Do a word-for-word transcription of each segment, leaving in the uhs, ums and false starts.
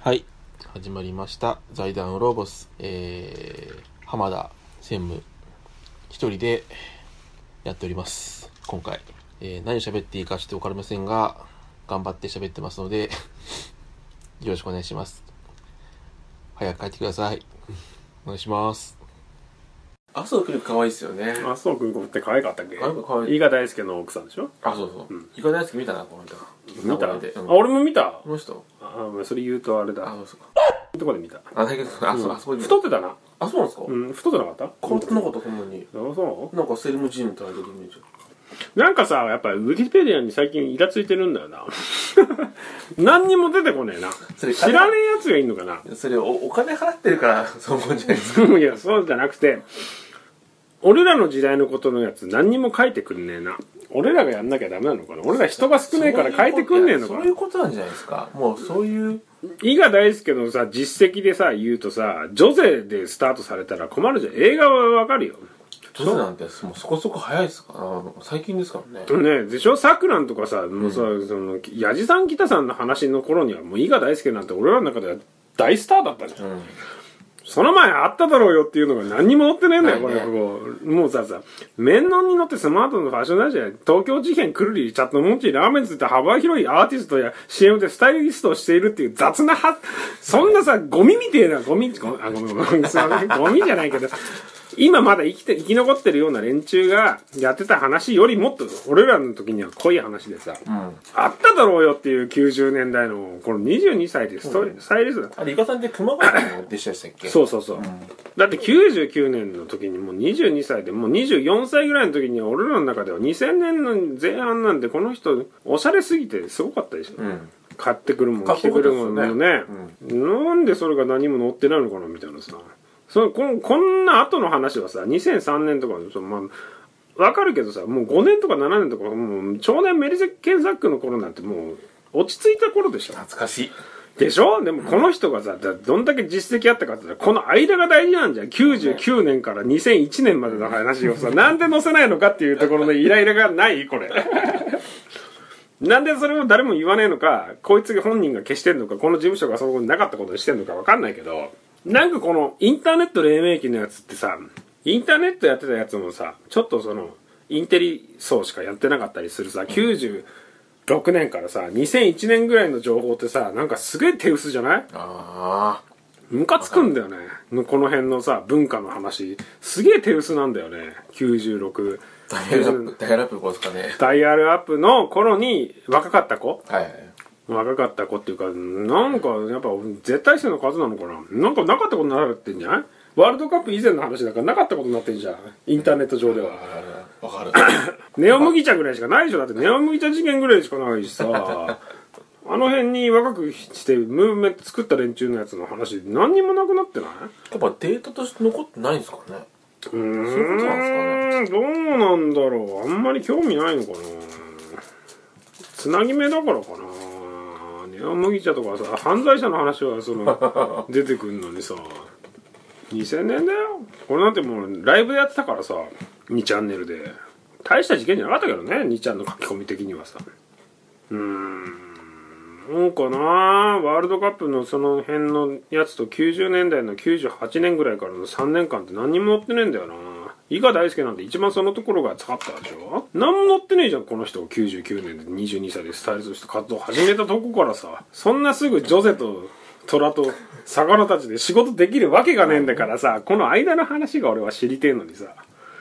はい、始まりました財団ウローボス、えー、浜田専務一人でやっております。今回、えー、何喋っていいかちょっと分かりませんが頑張って喋ってますのでよろしくお願いします。早く帰ってください。お願いします。麻生久美子可愛いですよね。 麻生久美子って可愛かったっけ？ 可愛い可愛い。 伊賀大輔の奥さんでしょ。 あ、そうそう、うん、伊賀大輔見たなこの人。 見た、 うん、 あ、俺も見た。 この人。 あ、それ言うとあれだ。 あ、そうそうか。 どこで見た？ あ、だけど、あ、そう、あそこで太ってたな。 あ、そうなんですか。 うん、太ってなかった？ 変わってなかった、ほんまに。 あ、そうなんかセルムジーンとあれでイメージ。 なんかさ、やっぱりウィキペディアに最近イラついてるんだよな。何にも出てこねえな。それ知らねえやつがいんのかな。 それ お, お金払ってるからそう思うんじゃないですか。 いや、そうじゃなくて、俺らの時代のことのやつ何にも書いてくんねえな。俺らがやんなきゃダメなのかな。俺ら人が少ねえから書いてくんねえのかな。 そういうことなんじゃないですか。もうそういう伊賀大輔のさ実績でさ言うとさ、ジョゼでスタートされたら困るじゃん。映画はわかるよ。 ジョゼなんてもうそこそこ早いですから最近ですからね。 ねでしょ。さくらんとかさ、もうさ、うん、その矢地さん北さんの話の頃にはもう伊賀大輔なんて俺らの中では大スターだったじゃん。うん、その前あっただろうよっていうのが何にも載ってねえんだよ、これ、こう。もうさ、さ、面談に乗ってスマートのファッション雑誌や、東京事変くるり、チャットモンチー、ラーメンズって幅広いアーティストや シーエム でスタイリストをしているっていう雑なは、そんなさ、ゴミみてえな、ゴミ、ごあ、ごめんごめん、すいません、ゴミじゃないけど、今まだ生きて、生き残ってるような連中がやってた話よりもっと、俺らの時には濃い話でさ、うん、あっただろうよっていうきゅうじゅうねんだいの、このにじゅうにさいでスト、うん、スタイリストだ。 あれ、イカさんって熊谷の弟子でしたっけ？ そうそうそう。うん、だってきゅうじゅうきゅうねんの時にもうにじゅうにさいで、もうにじゅうよんさいぐらいの時には俺らの中ではにせんねんの前半なんで、この人、おしゃれすぎてすごかったでしょ。うん、買ってくるもん、着てくるもんもね、うん。なんでそれが何も載ってないのかなみたいなさ。そのこんこんな後の話はさ、にせんさんねんとかその、まあ、わかるけどさ、もうごねんとかななねんとか、もう少年メリケンサックの頃なんてもう落ち着いた頃でしょ。 懐かしいでしょ。でもこの人がさ、どんだけ実績あったかって言ったらこの間が大事なんじゃん。きゅうじゅうきゅうねんからにせんいちねんまでの話をさ、なんで載せないのかっていうところのイライラがないこれ。なんでそれを誰も言わねえのか、こいつが本人が消してんのか、この事務所がそこになかったことにしてんのかわかんないけど、なんかこのインターネット黎明期のやつってさ、インターネットやってたやつもさ、ちょっとそのインテリ層しかやってなかったりするさ、きゅうじゅうろくねんからさにせんいちねんぐらいの情報ってさ、なんかすげえ手薄じゃない？ああ、ムカつくんだよね。この辺のさ文化の話すげえ手薄なんだよね。きゅうじゅうろくダイヤルアップ、ダイヤルアップの頃ですかね。 ダイヤルアップの頃に若かった子、 はいはい、 若かった子っていうか、なんかやっぱ絶対数の数なのかな。なんかなかったことになってんじゃない？ワールドカップ以前の話だからなかったことになってんじゃん、インターネット上では。 わかる。 ネオ麦茶ぐらいしかないでしょ。だってネオ麦茶事件ぐらいしかないしさあの辺に若くしてムーブメント作った連中のやつの話何にもなくなってない？ やっぱデータとして残ってないんですかね。 うーん、そういうことなんですかね。どうなんだろう。あんまり興味ないのかな。つなぎ目だからかな。ネオ麦茶とかさ、犯罪者の話はその出てくるのにさ、にせんねんだよ。これなんてもうライブやってたからさ、にチャンネルで大した事件じゃなかったけどね、にちゃんの書き込み的にはさ。うーん、なんかな、ワールドカップのその辺のやつときゅうじゅうねんだいのきゅうじゅうはちねんぐらいからのさんねんかんって何にも載ってねえんだよな。伊賀大輔なんて一番そのところが使ったでしょ。何も載ってねえじゃん、この人。きゅうじゅうきゅうねんでにじゅうにさいでスタイリストとして活動を始めたとこからさ、そんなすぐジョゼと虎と魚たちで仕事できるわけがねえんだからさ、この間の話が俺は知りてえのにさ。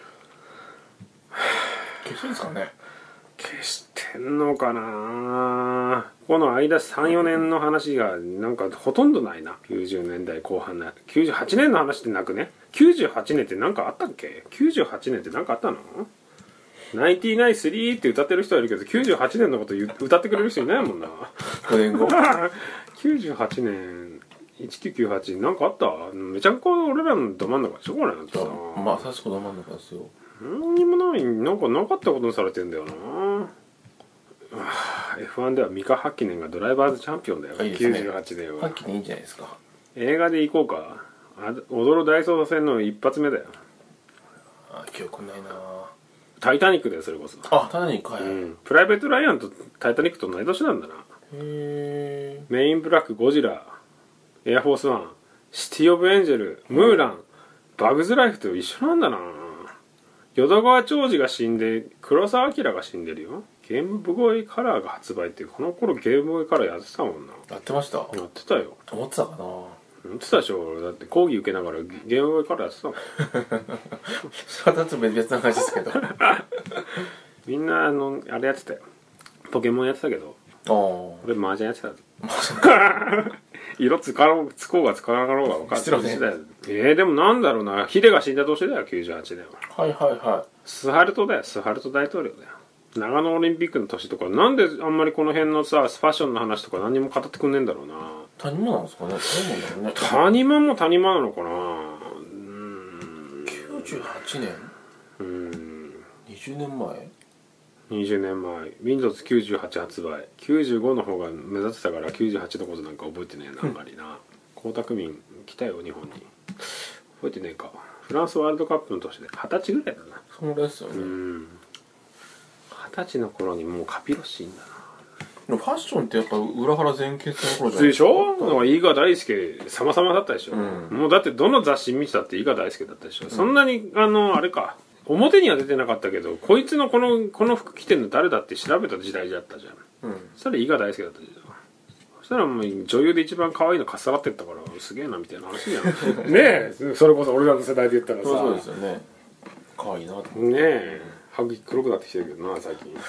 消してんですかね。 消してんのかな。この間さんよねんの話がなんかほとんどないな。きゅうじゅうねんだいこう半なきゅうじゅうはちねんの話ってなくね。きゅうじゅうはちねんってなんかあったっけ。きゅうじゅうはちねんってなんかあったの。ナインティナインスリーって歌ってる人はいるけどきゅうじゅうはちねんのこと歌ってくれる人いないもんな。 ごねんごきゅうじゅうはちねんせんきゅうひゃくきゅうじゅうはちなんかあった。めちゃくちゃ俺らのど真ん中でしょこれなんてさ。 まあ確かど真ん中ですよ。 何にもない、なんかなかったことにされてんだよな。エフワン ではミカ・ハッキネンがドライバーズチャンピオンだよ。 いいですね、 きゅうじゅうはちねんは。 ハッキネンいいんじゃないですか。 映画で行こうか。あ、踊る大捜査線の一発目だよ。 あ、記憶ないな。 タイタニックだよ、それこそ。 あ、タイタニック、はい、 うん、プライベート・ライアンとタイタニックと同い年なんだな。 へー。 メインブラック、ゴジラ、 エアフォースワン、シティオブエンジェル、ムーラン、バグズライフと一緒なんだな。淀川長司が死んで黒澤明が死んでるよ。ゲームボーイカラーが発売ってこの頃ゲームボーイカラーやってたもんな。 やってました。 やってたよ。 思ってたかな。 やってたでしょ。俺だって講義受けながらゲームボーイカラーやってたもん。 それはちょっと別な感じですけど。 みんなあのあれやってたよ。ポケモンやってたけど、 ああ。 俺麻雀やってた。色つかろうつこうがつかなかろうが分かってる時代だよ。えー、でもなんだろうな、ヒデが死んだ年だよ。きゅうじゅうはちねんは。 はいはいはスハルトだよ。スハルト大統領だよ。長野オリンピックの年とか、なんであんまりこの辺のさファッションの話とか何にも語ってくんねえんだろうな。 い。谷間なんですかね。そうなんだろうね。 谷間も谷間なのかな。うーんきゅうじゅうはちねん。 うーんにじゅうねんまえ。 にじゅうねんまえ ウィンドウズきゅうじゅうはち 発売。きゅうじゅうごの方が目立ってたからきゅうじゅうはちのことなんか覚えてねえな。あんまりな。江沢民来たよ日本に。覚えてねえか。フランスワールドカップの年で二十歳ぐらいだな。 そのぐらいですよね。 うん二十歳の頃にもうカピロッシーんだな。 でもファッションってやっぱ裏腹前傾の頃じゃないでしょ。だから伊賀大輔様々だったでしょ、 うんもうだってどの雑誌見てたって伊賀大輔だったでしょ、うん、そんなにあのあれか表には出てなかったけどこいつのこのこの服着てんの誰だって調べた時代だったじゃん、うん、そしたら伊賀大輔だったじゃん。そしたらもう女優で一番可愛いのかっさらってったからすげえなみたいな話じゃんねえ、それこそ俺らの世代で言ったらさ、 そうですよね。可愛いなと思って。 ねえ、歯茎黒くなってきてるけどな最近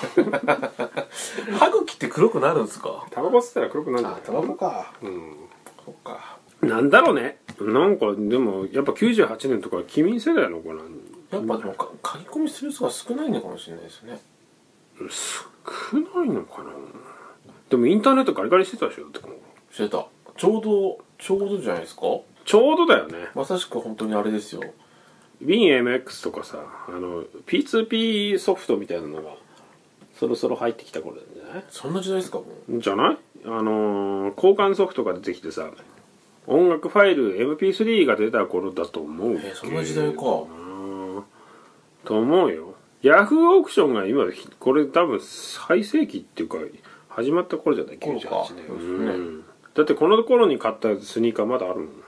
歯茎って黒くなるんですか。 タバコ吸ったら黒くなるんじゃない。 タバコか。 うん、 そっか。 なんだろうね。なんかでもやっぱきゅうじゅうはちねんとか君世代の子なんやっぱでもか書き込みする人が少ないのかもしれないですね。 少ないのかな。でもインターネットガリガリしてたでしょってこのしてた。ちょうどちょうどじゃないですか。 ちょうどだよね。 まさしく本当にあれですよ。 ウィン エムエックス とかさ、あの ピーツーピー ソフトみたいなのがそろそろ入ってきた頃なんじゃない。 そんな時代ですかもう。 じゃない。あのー、交換ソフトが出てきてさ、音楽ファイル エムピースリー が出た頃だと思う。 えー、そんな時代か。 と思うよ。ヤフーオークションが今これ多分最盛期っていうか始まった頃じゃない。きゅうじゅうはちねん、うん、だってこの頃に買ったスニーカーまだあるもん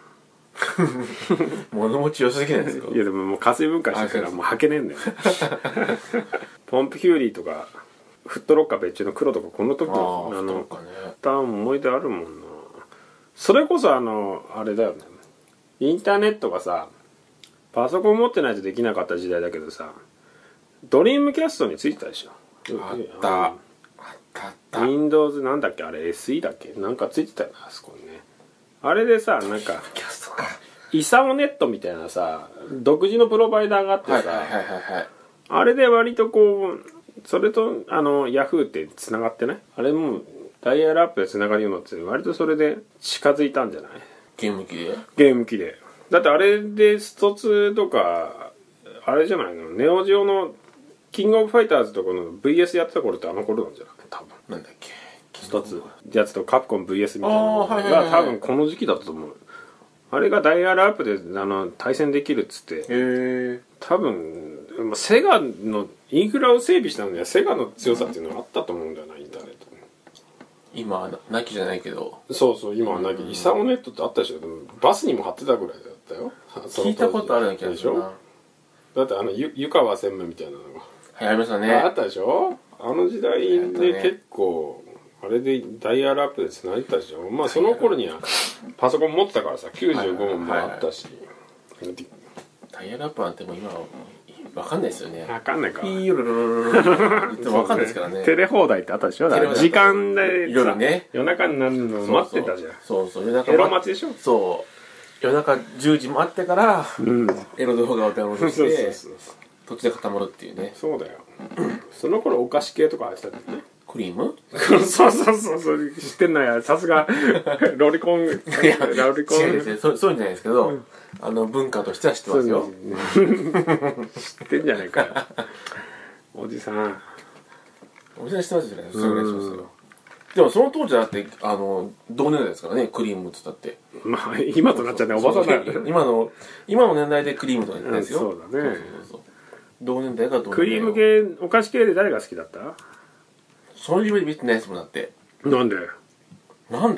物持ち良すぎないですか。 いやでももう活性分解してからもう履けねえんだよポンプヒューリーとかフットロッカー別注の黒とかこの時のあのターン思い出あるもんな。それこそあのあれだよね、インターネットがさパソコン持ってないとできなかった時代だけどさ、ドリームキャストについてたでしょ。 あったあったあった。 Windows なんだっけあれ エスイー だっけなんかついてたよなあそこにね。あれでさなんかキャストかイサオネットみたいなさ独自のプロバイダーがあってさ、 はいはいはいはい、 あれで割とこうそれとあのヤフーってつながってね、あれもダイヤルアップでつながるようになって割とそれで近づいたんじゃない。 ゲーム機でゲーム機でだってあれでストツーとかあれじゃないの、ネオジオのキングオブファイターズとかの ブイエス やってた頃ってあの頃なんじゃない多分。 なんだっけストツーやつとカプコン ブイエス みたいなのが多分この時期だったと思う。あれがダイヤルアップであの対戦できるっつって、 へ多分セガのインフラを整備したのにはセガの強さっていうのがあったと思うんだよな、インターネット。 今はなきじゃないけど。 そうそう今はなき、イサオネットってあったでしょ。でもバスにも貼ってたぐらいだったよ。 聞いたことあるような気がするな。 だってあのゆ湯川専務みたいなのが流行りましたね。 あったでしょ。あの時代で結構あれでダイヤルアップで繋いでたでしょ。まあその頃にはパソコン持ってたからさきゅうじゅうごもあったし、 ダイヤルアップなんてもう今は分かんないですよね。 分かんないか。 いいよろろろろろ言っても分かんないですからね。 テレ放題ってあったでしょ。だから時間で夜ね、 夜中になるのを待ってたじゃん。 そうそう、夜中エロ待ちでしょ。 そう夜中じゅうじ待ってから、うん、エロ動画をダウンロードして途中で固まるっていうね。 そうだよその頃お菓子系とか入ってたんだよね。 クリームそうそうそうそう知ってんのや。さすがロリコン。いやロリコン違うですね。そそういうんじゃないですけど、うん、あの文化としては知ってますよ。 知ってんじゃないかよおじさん。 おじさん知ってますよね。それぐらいしますよ。でもその当時だってあの同年代ですからね、クリームって言ったって。 まあ今となっちゃねおばさんだよね。 今の今の年代でクリームとか言ってないですよ。 そうだね。そうそうそう同年代が同年代。 クリーム系お菓子系で誰が好きだった？ その夢で見てないですもんだって。 なんで？ なんで？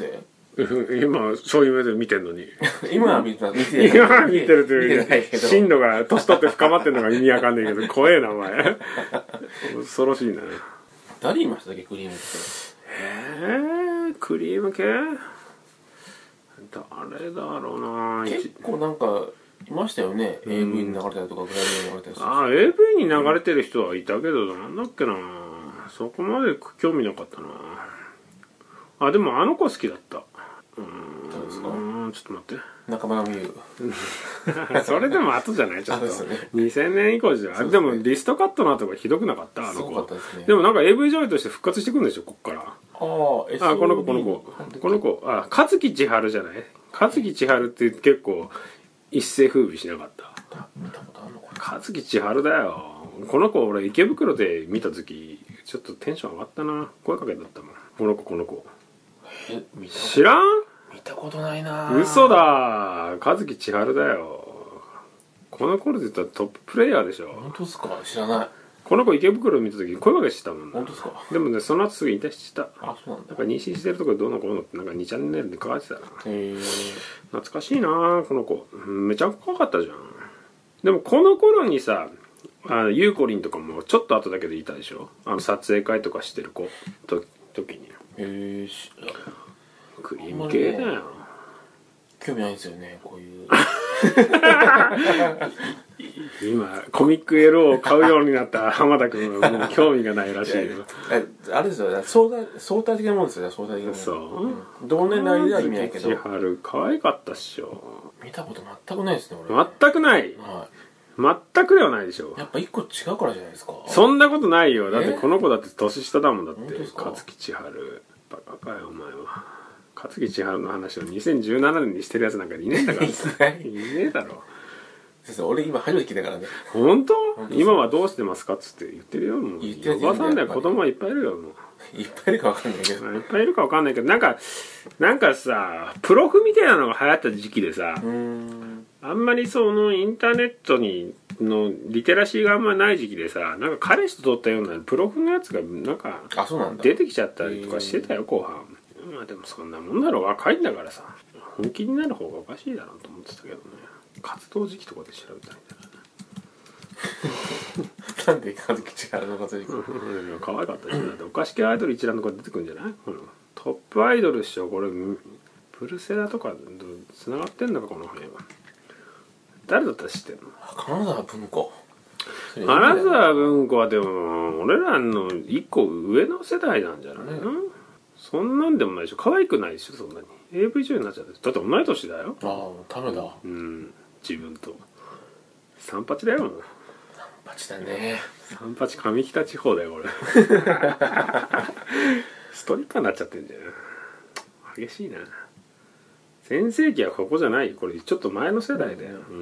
今そういう目で見てんのに今は見て見て今は見てるというないけど進路が年取って深まってんのが意味わかんないけど怖えなお前恐ろしいな。 誰いましたっけクリームって。 えー、クリーム系誰だろうな。 結構なんかいましたよね、うん、エーブイ に流れたりとかグラビアに流れたりする。 ああ エーブイ に流れてる人はいたけどなんだっけな、そこまで興味なかったな。あでもあの子好きだった。うーんちょっと待って中村美優それでも後じゃないちょっと、ね、にせんねん以降じゃん。で, でもリストカットの後がひどくなかったあの子。 すごかったですね。 でもなんか エーブイ 女優として復活してくるんでしょこっから。ああこの子この子この子あ勝木千春じゃない。勝木千春って結構一世風靡しなかった。 見たことあるのかな。 勝木千春だよこの子。俺池袋で見た時ちょっとテンション上がったな。声かけだったもんこの子この子。 え見た知らん。 見たことないな。 嘘だ勝木千春だよ。この頃で言ったらトッププレイヤーでしょ。 本当ですか。知らない。 この子池袋見た時に声かけしてたもんな。 本当ですか。 でもねその後すぐ引退してた。 あそうなんだ。 なんか妊娠してるところどうのこうのってなんかにチャンネルで書かれてたな。へえ懐かしいなこの子。めちゃ可愛かったじゃん。でもこの頃にさあのゆうこりんとかもちょっと後だけどいたでしょ。あの撮影会とかしてる子と時に。 へえクリーム系だよ。 興味ないんですよねこういう今コミックエロを買うようになった浜田君はもう興味がないらしいよ。 あれですよね相対相対的なもんですよね。相対的なもん。 そう、 うん、同年代では意味ないけど。 千春可愛かったっしょ。 見たこと全くないですね俺。 全くない、 はい、 全くではないでしょ。 やっぱ一個違うからじゃないですか。 そんなことないよ。だってこの子だって年下だもん。だって勝木千春バカかよお前は。勝木千春の話をにせんじゅうななねんにしてるやつなんかいねえんだからさいねえだろ。 先生俺今初めて聞いたからね。 本当？今はどうしてますかっつって言ってるよ。もう言ってるおばさんだよ。子供はいっぱいいるよもう。いっぱいいるか分かんないけど。 いっぱいいるか分かんないけどなんかなんかさプロフみたいなのが流行った時期でさ、うーんあんまりそのインターネットにのリテラシーがあんまりない時期でさ、なんか彼氏と撮ったようなプロフのやつがなんか出てきちゃったりとかしてたよ後半。まあでもそんなもんだろう。若いんだからさ本気になる方がおかしいだろうと思ってたけどね。活動時期とかで調べたいんだよねなんで和樹千春の活動時期可愛かったし、だってお菓子系アイドル一覧とか出てくるんじゃない、うん、トップアイドルっしょこれ。プルセラとかつながってんのかこの辺は。誰だったら知ってんの。 金沢文庫。 金沢文庫はでも俺らの一個上の世代なんじゃないの、うん、そんなんでもないでしょ。可愛くないでしょそんなに。 エーブイ 女優になっちゃってだって同い年だよ。 ああダメだ。 うん自分と三八だよ。三八だね。 三八上北地方だよ俺ストリッパーになっちゃってんじゃん。激しいな。全盛期はここじゃない。これちょっと前の世代だよ。うん。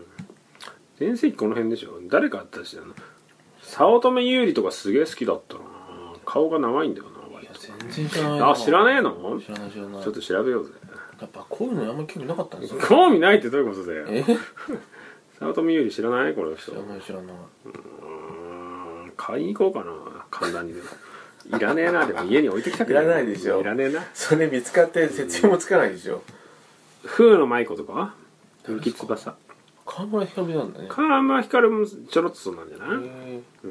全盛期この辺でしょ。誰かあったしだな。早乙女優里とかすげえ好きだったな。顔が長いんだよな。 いや全然知らない。 あ知らねえの？ 知らない知らない。 ちょっと調べようぜ。 やっぱこういうのあんまり興味なかったんですよ。 興味ないってどういうことだよ。 え早乙女優里知らないこの人。 知らない知らない。 うーん買いに行こうかな神田にでも。いらねえな。でも家に置いてきたくいらないでしょ。 いらねえな。 それ見つかって説明もつかないでしょ。 風野舞子とか結城翼。 川村ひかるなんだね。 川村ひかるもちょろっとそうなんじゃない。うん、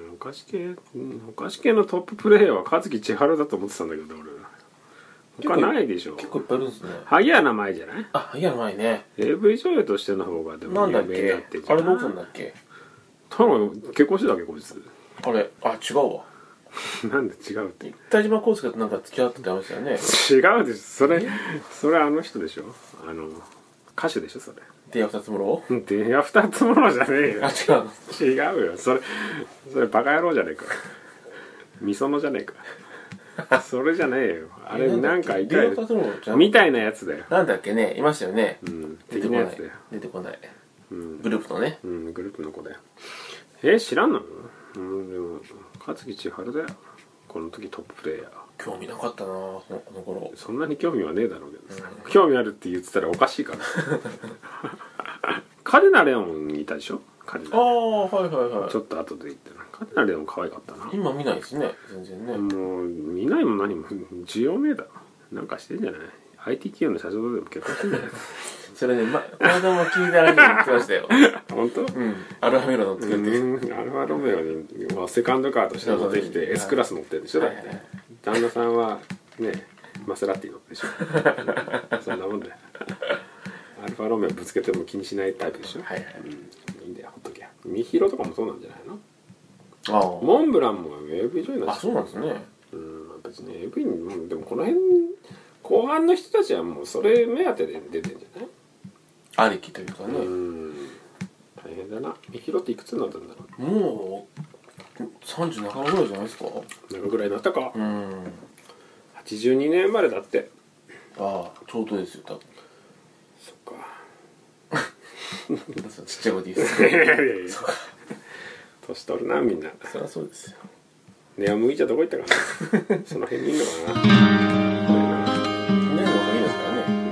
お菓子系お菓子系のトッププレイヤーは勝木千春だと思ってたんだけど俺。他ないでしょ。 結構いっぱいいるんですね。 萩谷名前じゃない。 あ萩谷名前ね。 エーブイ 女優としての方がでも有名になってんじゃない。 あれどうすんだっけ。 多分結婚してたっけこいつ。 あれあ違うわなんで違うって。 北島康介となんか付き合ってたんですよね。 違うでしょそれ。それあの人でしょ。あの歌手でしょそれ。 出会い二つもろ。 出会い二つもろじゃねえよ。 あ違う違うよそれ。それバカ野郎じゃねえか。みそのじゃねえか。それじゃねえよ。あれなんかいたよみたいなやつだよ。 なんだっけねいましたよね。 うん的なやつだよ。 出てこない。 うん、 グループのね。 うんグループの子だよ。え知らんの？うんでも勝木千春だよ。この時トッププレイヤー。 興味なかったなこの頃。 そんなに興味はねえだろうけどさ、うん、興味あるって言ってたらおかしいからカデナレオンいたでしょ。カデナレオン。 ああはいはいはい。 ちょっと後で言ってな。カデナレオン可愛かったな。 今見ないですね全然ね。 もう見ないも何も需要ねえだろ。なんかしてんじゃない。 アイティー 企業の社長とでも結婚してんじゃないかそれね、ま、この間も聞いたらに言ってましたよ。 本当？ うんアルファメロ乗ってくってうんアルファロメオに、まあ、セカンドカーとして乗ってきて S クラス乗ってるでしょ、だって、はいはいはい、旦那さんはねマセラティ乗ってるでしょそんなもんだよアルファロメオぶつけても気にしないタイプでしょ、はいはい、うん、いいんだよほっときゃ。ミヒロとかもそうなんじゃないの？ああモンブランも エーブイ 女優なんですよ。あ、そうなんですね。うん別に エーブイ にでもこの辺後半の人たちはもうそれ目当てで出てんじゃない？ありきというかね。うん大変だな。ミヒロっていくつになったんだろう。もうさんじゅう半ばぐらいじゃないですか。中ぐらいになったか。うんはちじゅうにねん生まれだって。ああちょうどですよ多分。そっかちっちゃいこと言ういやいやいや年取るなみんな。そりゃそうですよ。ネア麦茶どこ行ったかなその辺にいんのかなこれなねのいいですからね。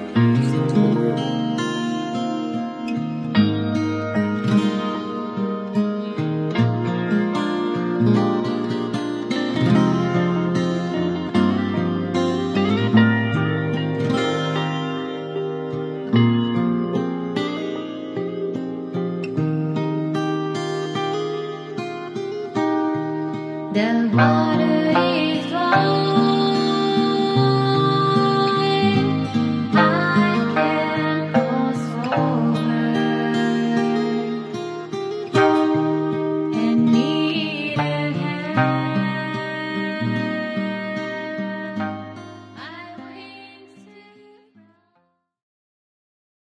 The water is flowing.